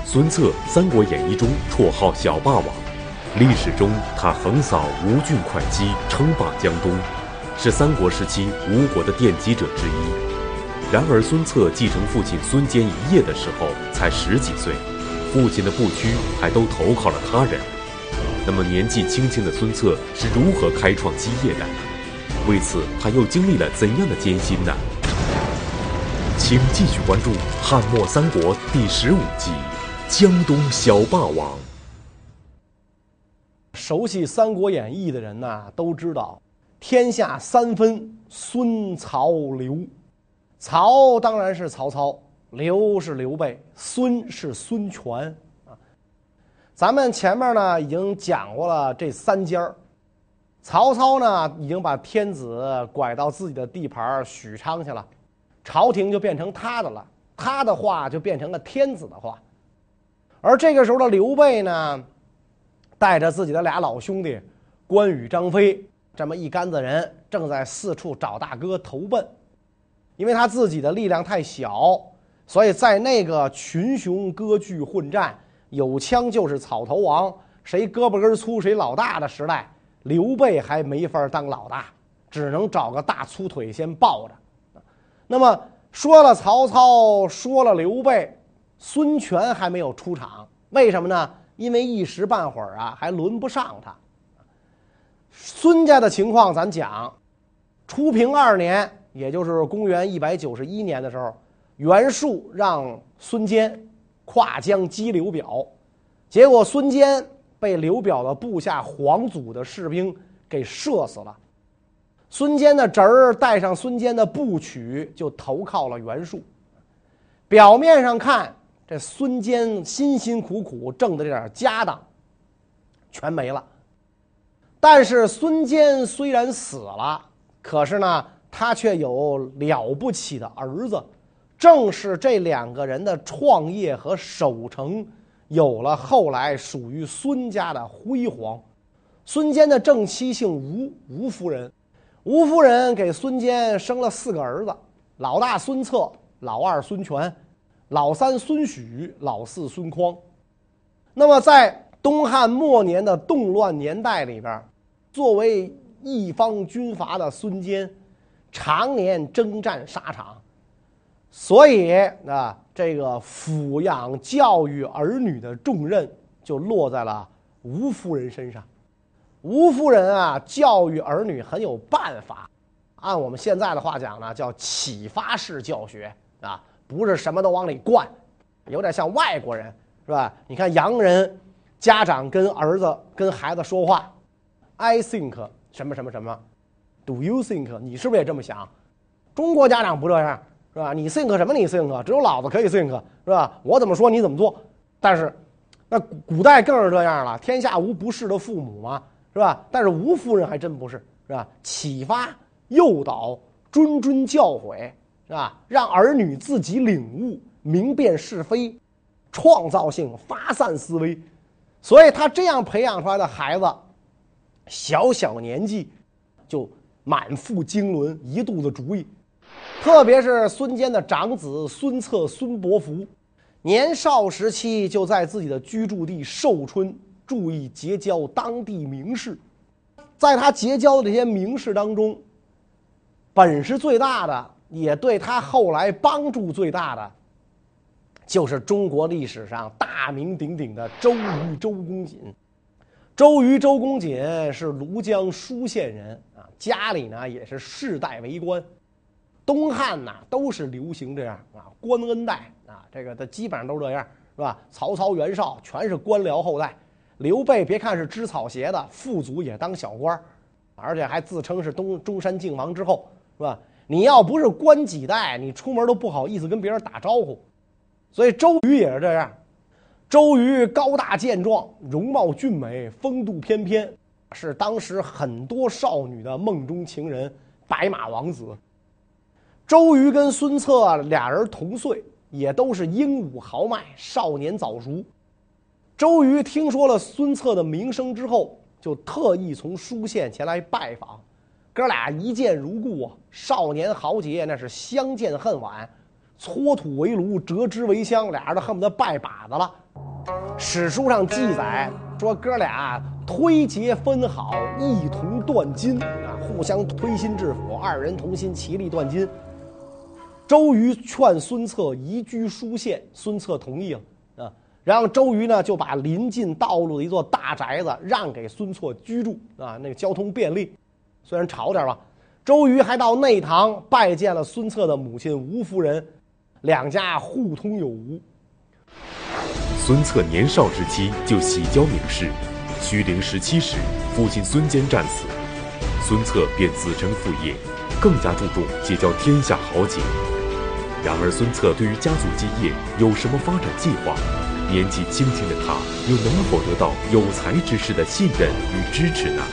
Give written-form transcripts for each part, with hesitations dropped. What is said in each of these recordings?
孙策，《三国演义》中绰号小霸王，历史中他横扫吴郡会稽，称霸江东，是三国时期吴国的奠基者之一。然而，孙策继承父亲孙坚一业的时候才10几岁，父亲的部曲还都投靠了他人。那么，年纪轻轻的孙策是如何开创基业的？为此，他又经历了怎样的艰辛呢？请继续关注《汉末三国》第15集《江东小霸王》。 熟悉《三国演义》的人呢，都知道天下三分，孙曹刘。曹当然是曹操，刘是刘备，孙是孙权啊。咱们前面呢已经讲过了这三家。曹操呢已经把天子拐到自己的地盘许昌去了，朝廷就变成他的了，他的话就变成了天子的话。而这个时候的刘备呢，带着自己的俩老兄弟关羽、张飞这么一干子人，正在四处找大哥投奔。因为他自己的力量太小，所以在那个群雄割据混战，有枪就是草头王，谁胳膊根粗谁老大的时代，刘备还没法当老大，只能找个大粗腿先抱着。那么说了曹操，说了刘备，孙权还没有出场，为什么呢？因为一时半会儿还轮不上他。孙家的情况咱讲，初平2年，也就是公元191年的时候，袁术让孙坚跨江击刘表，结果孙坚被刘表的部下黄祖的士兵给射死了。孙坚的侄儿带上孙坚的部曲就投靠了袁术。表面上看，这孙坚辛辛苦苦挣的这点家当全没了。但是孙坚虽然死了，可是呢他却有了不起的儿子，正是这2个人的创业和守成，有了后来属于孙家的辉煌。孙坚的正妻姓吴夫人，吴夫人给孙坚生了4个儿子，老大孙策，老二孙权，老三孙许，老四孙匡。那么在东汉末年的动乱年代里边，作为一方军阀的孙坚常年征战沙场，所以这个抚养教育儿女的重任就落在了吴夫人身上。吴夫人教育儿女很有办法，按我们现在的话讲呢，叫启发式教学不是什么都往里灌，有点像外国人，是吧？你看洋人家长跟儿子跟孩子说话 ，I think 什么什么什么。Do you think？ 你是不是也这么想？中国家长不这样，是吧？你 think 什么？你 think， 只有老子可以 think， 是吧？我怎么说你怎么做。但是，那古代更是这样了，天下无不是的父母嘛，是吧？但是吴夫人还真不是，是吧？启发、诱导、谆教诲，是吧？让儿女自己领悟、明辨是非，创造性、发散思维。所以他这样培养出来的孩子，小年纪就满腹经纶，一肚子主意。特别是孙坚的长子孙策、孙伯符，年少时期就在自己的居住地寿春注意结交当地名士。在他结交的这些名士当中，本事最大的，也对他后来帮助最大的，就是中国历史上大名鼎鼎的周瑜、周公瑾。周公瑾是庐江舒县人家里呢也是世代为官。东汉都是流行这样官恩代这个的基本上都是这样，是吧？曹操、袁绍全是官僚后代。刘备别看是织草鞋的，父祖也当小官，而且还自称是中山靖王之后，是吧？你要不是官几代，你出门都不好意思跟别人打招呼。所以周瑜也是这样。周瑜高大健壮，容貌俊美，风度翩翩，是当时很多少女的梦中情人，白马王子。周瑜跟孙策俩人同岁，也都是英武豪迈，少年早熟。周瑜听说了孙策的名声之后，就特意从舒县前来拜访。哥俩一见如故少年豪杰那是相见恨晚，搓土为炉，折枝为香，俩人都恨不得拜把子了。 史书上记载说哥俩推结分好，一同断金啊，互相推心置腹，二人同心，其利断金。周瑜劝孙策移居舒县，孙策同意了啊。然后周瑜呢就把临近道路的一座大宅子让给孙策居住啊，那个交通便利。虽然吵点吧，周瑜还到内堂拜见了孙策的母亲吴夫人，两家互通有无。 孙策年少之期就喜交名士，虚龄17时，父亲孙坚战死，孙策便子承父业，更加注重结交天下豪杰。然而孙策对于家族基业有什么发展计划？年纪轻轻的他又能否得到有才之士的信任与支持呢？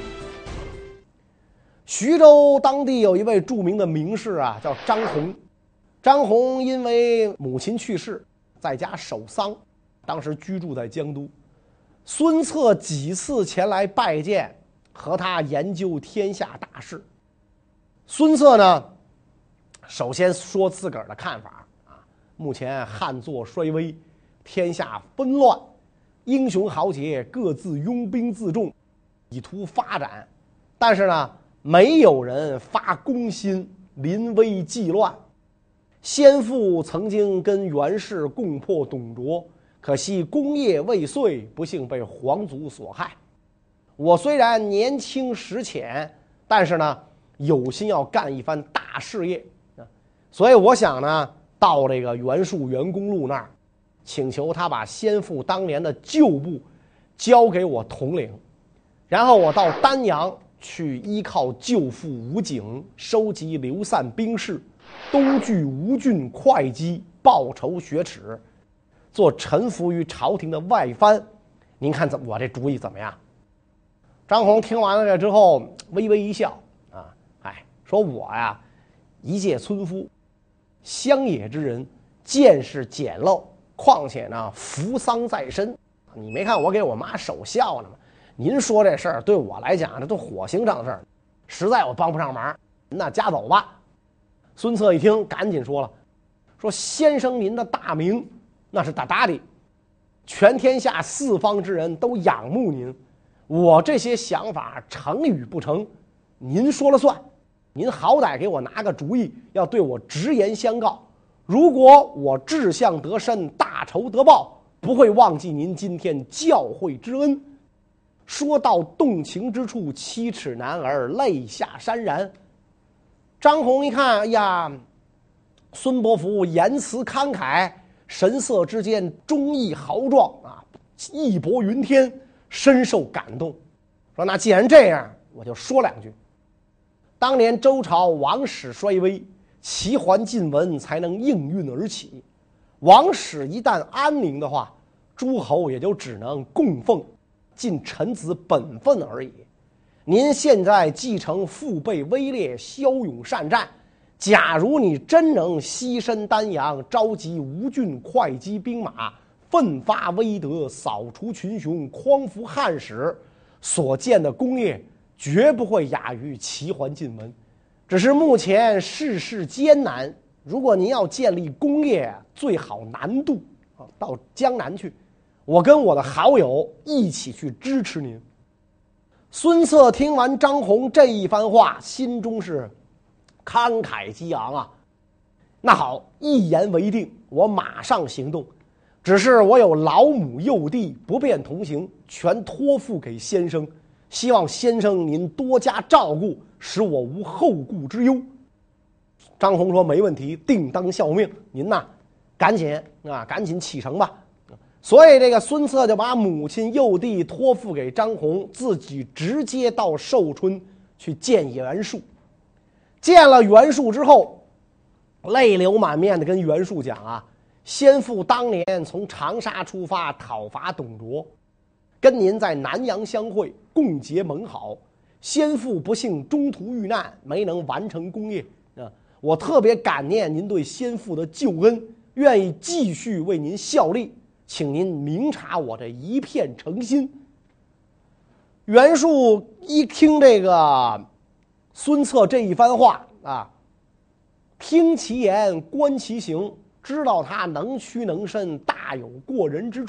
徐州当地有一位著名的名士啊，叫张宏。张宏因为母亲去世，在家守丧，当时居住在江都。孙策几次前来拜见，和他研究天下大事。孙策呢，首先说自个儿的看法啊，目前汉作衰微，天下纷乱，英雄豪杰各自拥兵自重，以图发展。但是呢，没有人发公心，临危济乱。先父曾经跟袁氏共破董卓，可惜功业未遂，不幸被皇族所害。我虽然年轻识浅，但是呢，有心要干一番大事业，所以我想呢，到这个袁术袁公路那儿，请求他把先父当年的旧部交给我统领，然后我到丹阳去依靠舅父吴景收集流散兵士，东拒吴郡会稽，报仇雪耻，做臣服于朝廷的外藩。您看我这主意怎么样？张宏听完了这之后微微一笑啊，说我呀一介村夫，乡野之人，见识简陋，况且呢扶丧在身，你没看我给我妈守孝呢吗？您说这事儿对我来讲，这都火星上的事儿，实在我帮不上忙，那家走吧。孙策一听，赶紧说了，说先生您的大名那是大大的，全天下四方之人都仰慕您，我这些想法成与不成，您说了算。您好歹给我拿个主意，要对我直言相告。如果我志向得深，大仇得报，不会忘记您今天教诲之恩。说到动情之处，七尺男儿泪下潸然。张宏一看，哎呀，孙伯符言辞慷慨，神色之间忠义豪壮啊，义薄云天，深受感动。说那既然这样，我就说两句。当年周朝王室衰微，齐桓晋文才能应运而起。王室一旦安宁的话，诸侯也就只能供奉，尽臣子本分而已。您现在继承父辈威烈，骁勇善战，假如你真能牺牲丹阳，召集吴郡会稽兵马，奋发威德，扫除群雄，匡扶汉室，所建的功业绝不会亚于齐桓晋文。只是目前世事艰难，如果您要建立功业，最好南渡到江南去，我跟我的好友一起去支持您。孙策听完张宏这一番话，心中是慷慨激昂啊。那好，一言为定，我马上行动。只是我有老母幼弟不便同行，全托付给先生，希望先生您多加照顾，使我无后顾之忧。张宏说没问题，定当效命。您呐，赶紧启程吧。所以这个孙策就把母亲幼弟托付给张宏，自己直接到寿春去见袁术。见了袁术之后，泪流满面的跟袁术讲啊，先父当年从长沙出发讨伐董卓，跟您在南阳相会，共结盟好。先父不幸中途遇难，没能完成功业啊！我特别感念您对先父的救恩，愿意继续为您效力，请您明察我这一片诚心。袁术一听这个孙策这一番话啊，听其言观其行，知道他能屈能伸，大有过人之处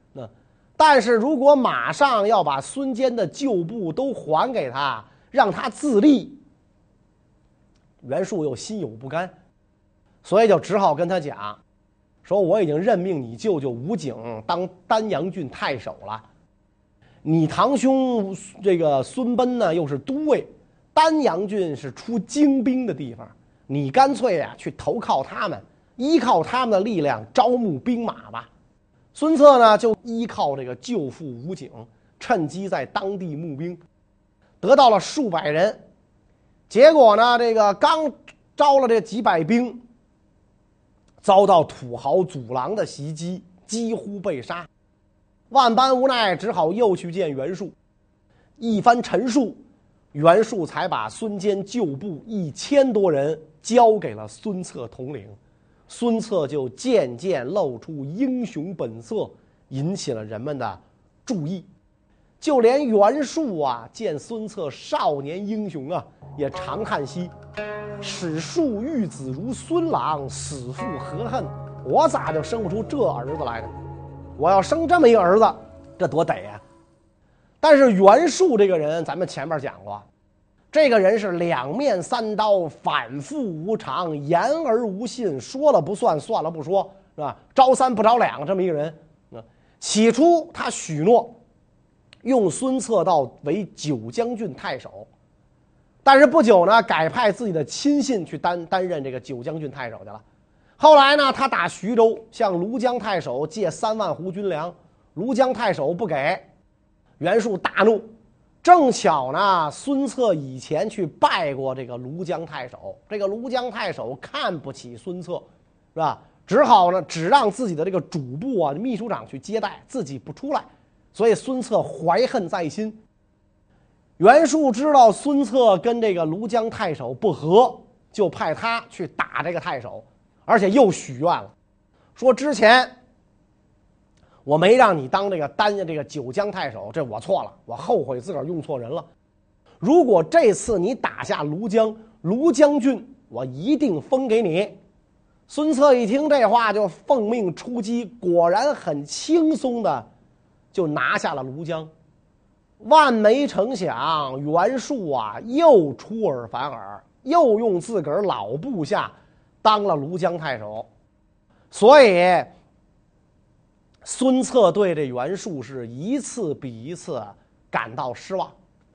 但是如果马上要把孙坚的旧部都还给他，让他自立，袁术又心有不甘，所以就只好跟他讲，说我已经任命你舅舅吴景当丹阳郡太守了，你堂兄这个孙贲呢又是都尉，丹阳郡是出精兵的地方，你干脆去投靠他们，依靠他们的力量招募兵马吧。孙策呢就依靠这个舅父吴景，趁机在当地募兵，得到了数百人。结果呢，这个刚招了这几百兵，遭到土豪祖郎的袭击，几乎被杀。万般无奈，只好又去见袁术。一番陈述，袁术才把孙坚旧部1000多人交给了孙策统领。孙策就渐渐露出英雄本色，引起了人们的注意。就连袁术见孙策少年英雄也长叹息：史树育子如孙郎，死父何恨？我咋就生不出这儿子来呢？我要生这么一个儿子，这多得呀！但是袁术这个人，咱们前面讲过，这个人是两面三刀，反复无常，言而无信，说了不算，算了不说，是吧？招三不招两这么一个人。起初他许诺用孙策道为九江郡太守，但是不久呢，改派自己的亲信去担任这个九江郡太守去了。后来呢，他打徐州向庐江太守借3万斛军粮，庐江太守不给，袁术大怒。正巧呢，孙策以前去拜过这个庐江太守，这个庐江太守看不起孙策，是吧？只好呢，只让自己的这个主簿秘书长去接待，自己不出来，所以孙策怀恨在心。袁术知道孙策跟这个庐江太守不和，就派他去打这个太守，而且又许愿了，说之前我没让你当这个九江太守，这我错了，我后悔自个儿用错人了。如果这次你打下庐江郡，我一定封给你。孙策一听这话，就奉命出击，果然很轻松的就拿下了庐江。万没成想，袁术又出尔反尔，又用自个儿老部下当了庐江太守，所以孙策对这袁术是一次比一次感到失望。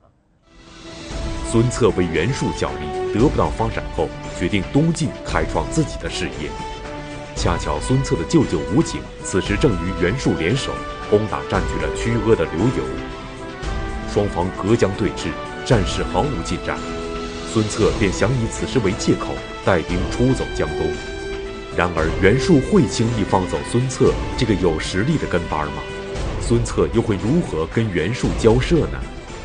孙策为袁术效力得不到发展后，决定东进开创自己的事业。恰巧孙策的舅舅吴景此时正与袁术联手攻打占据了曲阿的刘繇，双方隔江对峙，战事毫无进展。孙策便想以此事为借口，带兵出走江东。然而袁术会轻易放走孙策这个有实力的跟班吗？孙策又会如何跟袁术交涉呢？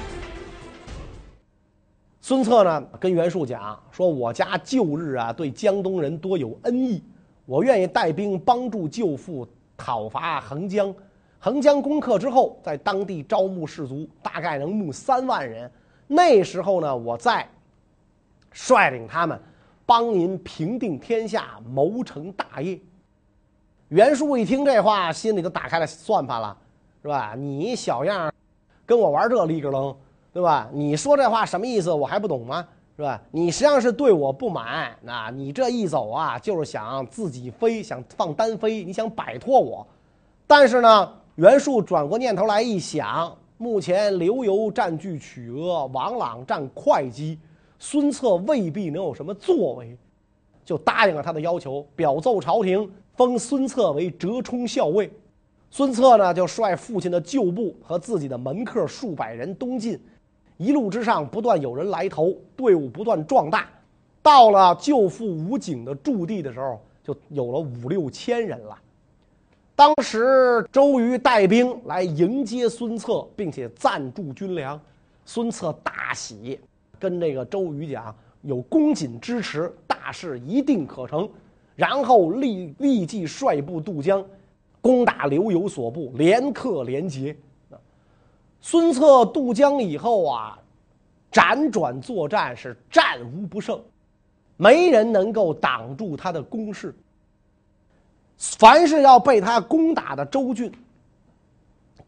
孙策呢跟袁术讲说，我家旧日对江东人多有恩义，我愿意带兵帮助舅父讨伐横江。横江攻克之后，在当地招募士卒，大概能募3万人。那时候呢，我再率领他们帮您平定天下，谋成大业。袁术一听这话，心里就打开了算盘了，是吧？你小样跟我玩这里个楞，对吧？你说这话什么意思？我还不懂吗？是吧？你实际上是对我不满，那你这一走就是想自己飞，想放单飞，你想摆脱我。但是呢，袁术转过念头来一想，目前刘繇占据曲阿，王朗占会稽，孙策未必能有什么作为，就答应了他的要求，表奏朝廷，封孙策为折冲校尉。孙策呢，就率父亲的旧部和自己的门客数百人东进，一路之上不断有人来投，队伍不断壮大。到了舅父吴景的驻地的时候，就有了5、6千人了。当时周瑜带兵来迎接孙策，并且赞助军粮，孙策大喜，跟这个周瑜讲，有公瑾支持，大事一定可成。然后立即率部渡江，攻打刘繇所部，连克连捷。孙策渡江以后辗转作战，是战无不胜，没人能够挡住他的攻势。凡是要被他攻打的州郡，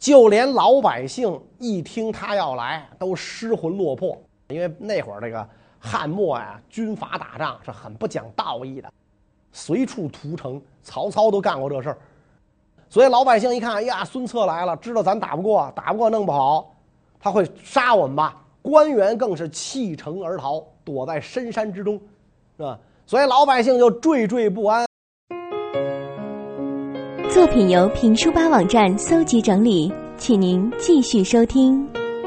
就连老百姓一听他要来，都失魂落魄。因为那会儿这个汉末呀，军阀打仗是很不讲道义的，随处屠城，曹操都干过这事儿。所以老百姓一看，哎呀，孙策来了，知道咱打不过，弄不好，他会杀我们吧？官员更是弃城而逃，躲在深山之中，是吧？所以老百姓就惴惴不安。 作品由评书吧网站搜集整理，请您继续收听。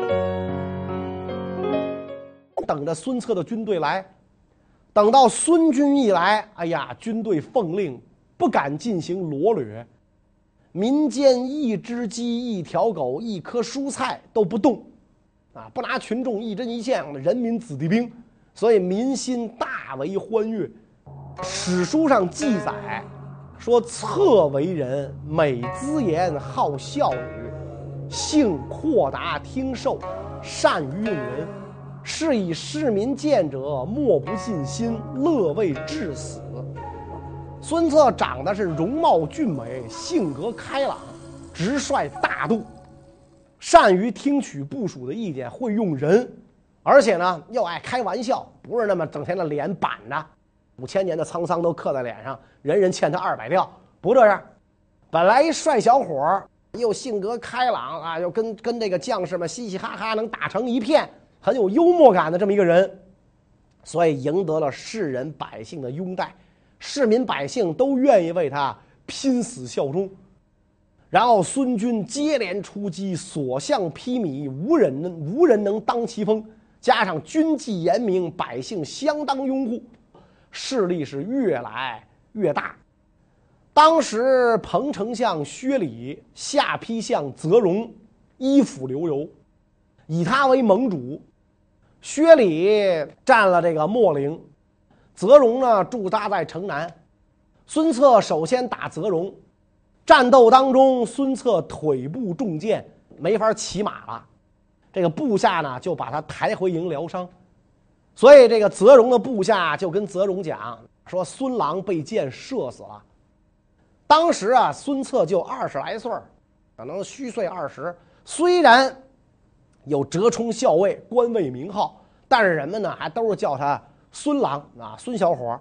等着孙策的军队来，等到孙军一来，哎呀，军队奉令不敢进行罗掠，民间一只鸡、一条狗、一颗蔬菜都不动，啊，不拿群众一针一线，人民子弟兵，所以民心大为欢悦。史书上记载说，策为人美姿颜，好笑语，性阔达听授，善于用人，是以市民见者莫不尽心，乐为至死。孙策长得是容貌俊美，性格开朗，直率大度，善于听取部属的意见，会用人，而且呢又爱开玩笑，不是那么整天的脸板着，5000年的沧桑都刻在脸上，人人欠他200吊，不这样。本来一帅小伙，又性格开朗啊，又跟这个将士们嘻嘻哈哈，能打成一片，很有幽默感的这么一个人，所以赢得了世人百姓的拥戴，市民百姓都愿意为他拼死效忠。然后孙军接连出击，所向披靡，无人能当其锋，加上军纪严明，百姓相当拥护，势力是越来越大。当时彭丞相薛礼下邳相泽荣依附刘繇，以他为盟主。薛礼占了这个秣陵，泽荣呢驻扎在城南。孙策首先打泽荣，战斗当中孙策腿部中箭，没法骑马了，这个部下呢就把他抬回营疗伤。所以这个泽荣的部下就跟泽荣讲说，孙郎被箭射死了。当时啊，孙策就20来岁，可能虚岁20，虽然有折冲校尉，官位名号，但是人们呢还都是叫他孙郎啊，孙小伙。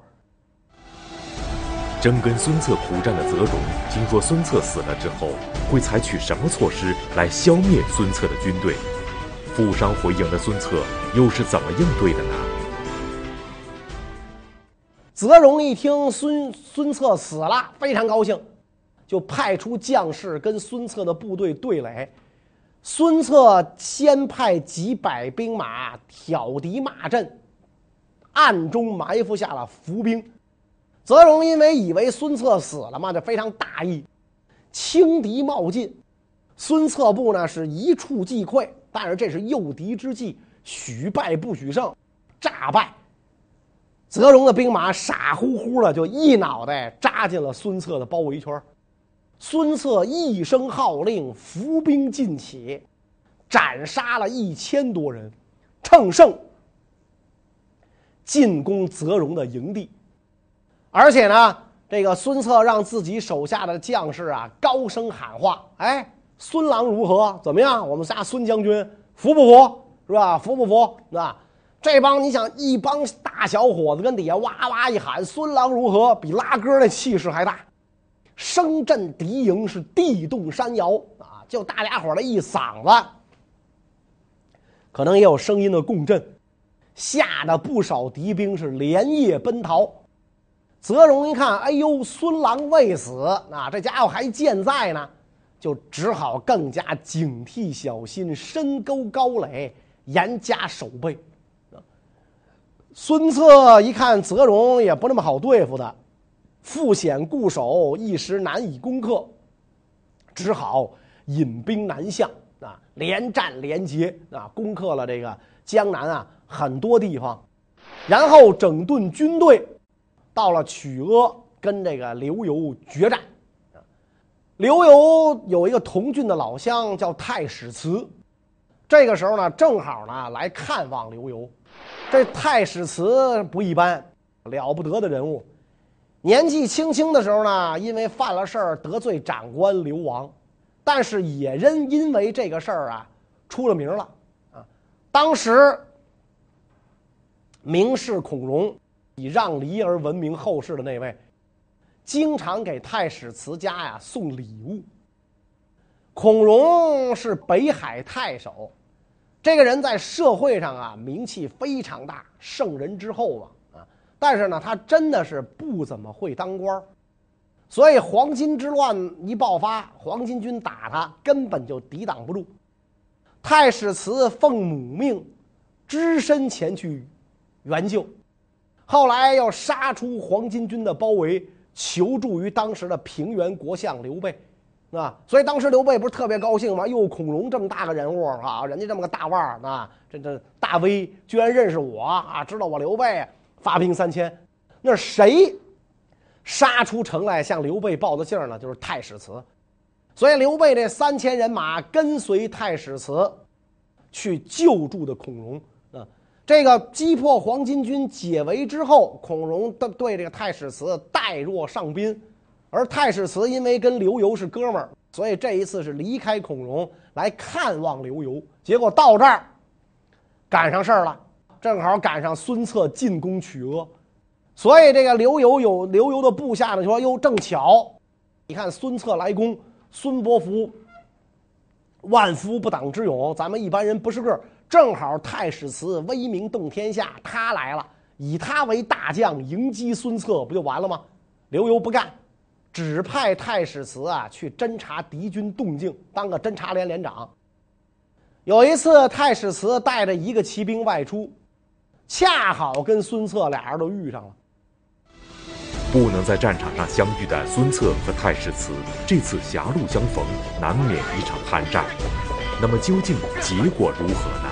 正跟孙策苦战的泽荣，听说孙策死了之后，会采取什么措施来消灭孙策的军队？负伤回营的孙策又是怎么应对的呢？ 泽荣一听孙策死了，非常高兴，就派出将士跟孙策的部队对垒。孙策先派几百兵马挑敌骂阵，暗中埋伏下了伏兵。泽荣因为以为孙策死了嘛，就非常大意，轻敌冒进。孙策部呢是一触即溃，但是这是诱敌之计，许败不许胜，诈败。泽荣的兵马傻乎乎的就一脑袋扎进了孙策的包围圈。孙策一声号令，伏兵尽起，斩杀了1000多人，乘胜进攻泽荣的营地。而且呢，这个孙策让自己手下的将士啊高声喊话：“哎，孙郎如何？怎么样？我们仨孙将军服不服？是吧？服不服？是吧？”这帮你想，一帮大小伙子跟底下哇哇一喊“孙郎如何”，比拉歌那气势还大，声震敌营，是地动山摇啊！就大家伙的一嗓子，可能也有声音的共振，吓得不少敌兵是连夜奔逃。泽荣一看，哎呦，孙郎未死啊，这家伙还健在呢，就只好更加警惕小心，深沟高垒，严加守备。孙策一看泽荣也不那么好对付的，复险固守，一时难以攻克，只好引兵南向啊，连战连捷啊，攻克了这个江南啊很多地方，然后整顿军队，到了曲阿跟这个刘繇决战。刘繇有一个同郡的老乡叫太史慈，这个时候呢正好呢来看望刘繇。这太史慈不一般，了不得的人物。年纪轻轻的时候呢，因为犯了事儿得罪长官流亡， 但是也因为这个事儿啊出了名了啊。当时名士孔融，以让梨而闻名后世的那位，经常给太史慈家呀送礼物。孔融是北海太守，这个人在社会上啊名气非常大，圣人之后啊，但是呢他真的是不怎么会当官，所以黄巾之乱一爆发，黄巾军打他根本就抵挡不住。太史慈奉母命，只身前去援救，后来又杀出黄巾军的包围，求助于当时的平原国相刘备。所以当时刘备不是特别高兴吗？哟，孔融这么大个人物啊，人家这么个大腕儿啊，这大 V 居然认识我啊，知道我刘备，发兵3000。那谁杀出城来向刘备报的信呢？就是太史慈。所以刘备这3000人马跟随太史慈去救助的孔融。这个击破黄巾军解围之后，孔融对这个太史慈待若上宾。而太史慈因为跟刘繇是哥们儿，所以这一次是离开孔融来看望刘繇。结果到这儿赶上事儿了，正好赶上孙策进攻曲阿，所以这个刘繇的部下呢说：“哟，正巧，你看孙策来攻，孙伯符万夫不挡之勇，咱们一般人不是个，正好太史慈威名动天下，他来了，以他为大将迎击孙策，不就完了吗？”刘繇不干。指派太史慈啊去侦察敌军动静，当个侦察连连长。有一次，太史慈带着一个骑兵外出，恰好跟孙策俩人都遇上了。 不能在战场上相遇的孙策和太史慈，这次狭路相逢，难免一场酣战。那么究竟结果如何呢？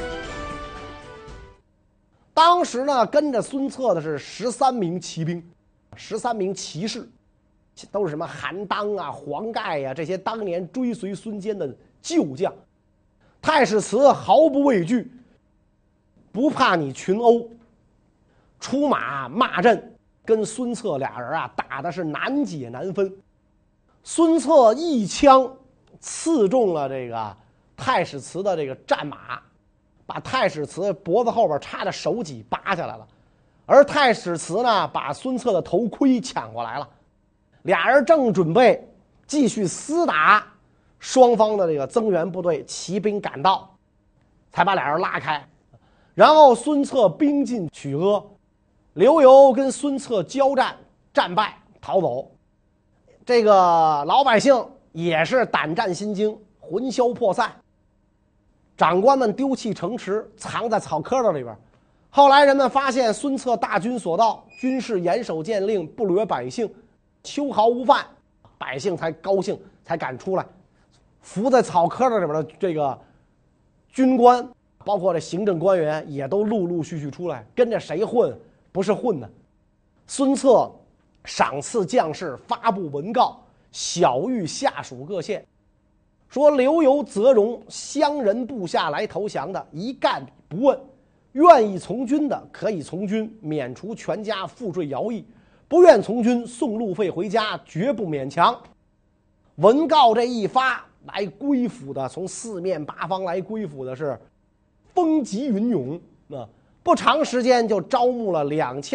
当时呢，跟着孙策的是13名骑兵，13名骑士。都是什么韩当啊、黄盖啊，这些当年追随孙坚的旧将。太史慈毫不畏惧，不怕你群殴，出马骂阵，跟孙策俩人啊打的是难解难分。孙策一枪刺中了这个太史慈的这个战马，把太史慈脖子后边插的手脊拔下来了，而太史慈呢把孙策的头盔抢过来了。俩人正准备继续厮打，双方的这个增援部队骑兵赶到，才把俩人拉开。然后孙策兵进曲阿，刘繇跟孙策交战，战败逃走。这个老百姓也是胆战心惊，魂销魄散。长官们丢弃城池，藏在草窠子里边。后来人们发现孙策大军所到，军士严守县令，不掠百姓，秋毫无犯，百姓才高兴，才敢出来。伏在草窠子里边的这个军官，包括这行政官员，也都陆陆续续出来，跟着谁混？不是混的。孙策赏赐将士，发布文告，晓谕下属各县，说刘繇、泽荣乡人部下来投降的，一概不问，愿意从军的可以从军，免除全家赋税徭役。不愿从军，送路费回家，绝不勉强。文告这一发，来归附的，从四面八方来归附的是风急云涌。不长时间就招募了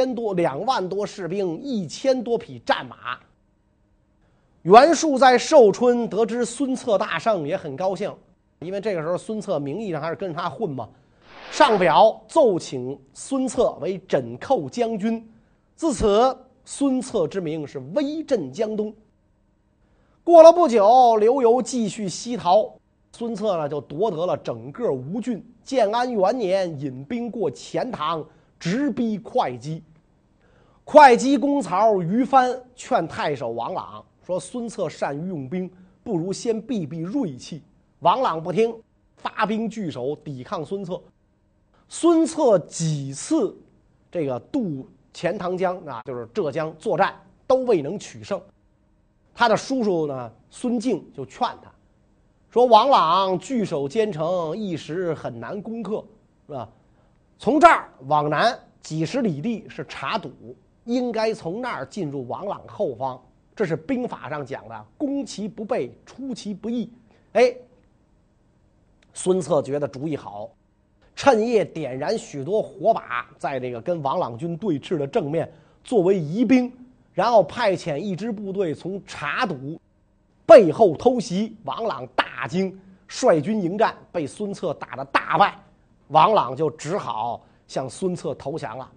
2万多士兵，1000多匹战马。袁术在寿春得知孙策大胜，也很高兴，因为这个时候孙策名义上还是跟着他混嘛。上表奏请孙策为枕寇将军，自此孙策之名是威震江东。过了不久，刘繇继续西逃，孙策呢就夺得了整个吴郡。建安元年，引兵过钱塘，直逼会稽。会稽公曹于藩劝太守王朗说：“孙策善于用兵，不如先避避锐气。”王朗不听，发兵据守，抵抗孙策。孙策几次这个渡钱塘江啊，就是浙江作战，都未能取胜。他的叔叔呢，孙敬就劝他说：“王朗据守坚城，一时很难攻克，是吧？从这儿往南几十里地是茶堵，应该从那儿进入王朗后方， 这是兵法上讲的攻其不备，出其不意。哎，孙策觉得主意好，趁夜点燃许多火把，在这个跟王朗军对峙的正面作为疑兵，然后派遣一支部队从查堵背后偷袭。王朗大惊，率军迎战，被孙策打得大败。王朗就只好向孙策投降了。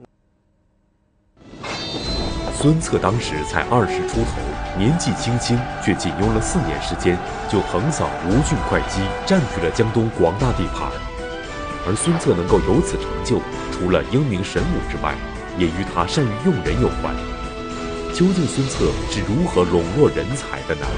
孙策当时才20出头，年纪轻轻，却仅用了4年时间，就横扫吴郡会稽，占据了江东广大地盘。而孙策能够有此成就，除了英明神武之外，也与他善于用人有关。究竟孙策是如何笼络人才的呢？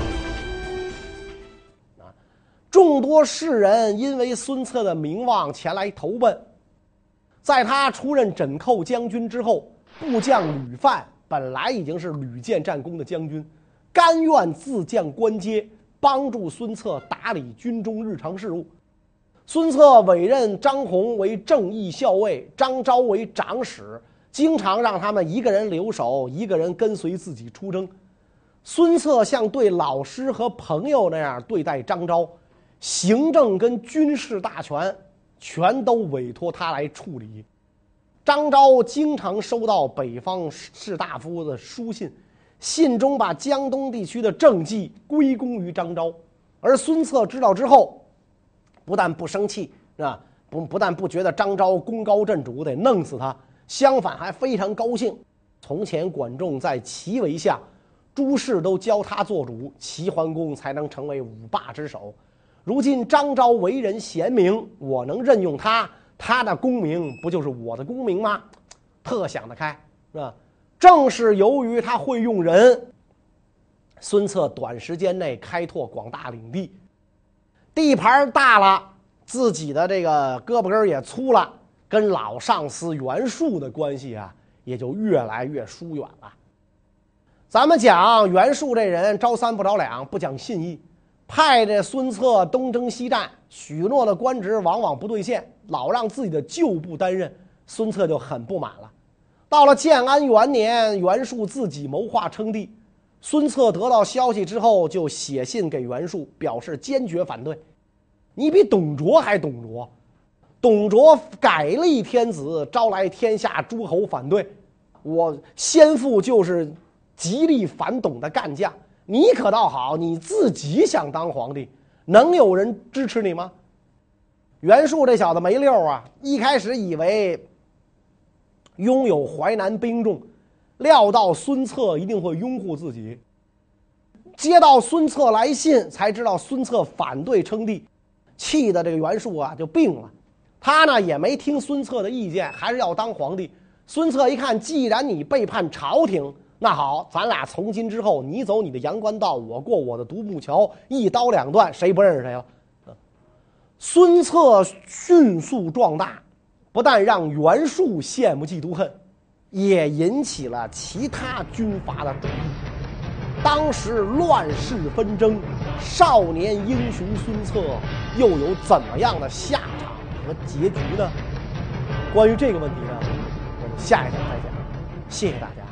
众多士人因为孙策的名望前来投奔。在他出任枕寇将军之后，部将吕范本来已经是屡建战功的将军，甘愿自降官阶，帮助孙策打理军中日常事务。孙策委任张宏为正义校尉，张昭为长史，经常让他们一个人留守，一个人跟随自己出征。孙策像对老师和朋友那样对待张昭，行政跟军事大权全都委托他来处理。张昭经常收到北方士大夫的书信，信中把江东地区的政绩归功于张昭。而孙策知道之后，不但不生气，不但不觉得张昭功高震主得弄死他，相反还非常高兴。从前管仲在齐为相，诸事都交他做主，齐桓公才能成为五霸之首。如今张昭为人贤明，我能任用他，他的功名不就是我的功名吗？特想得开，是吧？正是由于他会用人，孙策短时间内开拓广大领地，地盘大了，自己的这个胳膊根也粗了，跟老上司袁术的关系啊，也就越来越疏远了。咱们讲袁术这人招三不着两，不讲信义，派这孙策东征西战，许诺的官职往往不兑现，老让自己的旧部担任，孙策就很不满了。到了建安元年，袁术自己谋划称帝，孙策得到消息之后，就写信给袁术，表示坚决反对。你比董卓还董卓，董卓改立天子，招来天下诸侯反对，我先父就是极力反董的干将。你可倒好，你自己想当皇帝，能有人支持你吗？袁术这小子没溜啊，一开始以为拥有淮南兵众，料到孙策一定会拥护自己。接到孙策来信，才知道孙策反对称帝，气的这个袁术啊就病了。他呢也没听孙策的意见，还是要当皇帝。孙策一看，既然你背叛朝廷，那好，咱俩从今之后，你走你的阳关道，我过我的独木桥，一刀两断，谁不认识谁了。孙策迅速壮大，不但让袁术羡慕嫉妒恨，也引起了其他军阀的注意。当时乱世纷争，少年英雄孙策又有怎么样的下场和结局呢？关于这个问题呢，我们下一讲再讲。谢谢大家。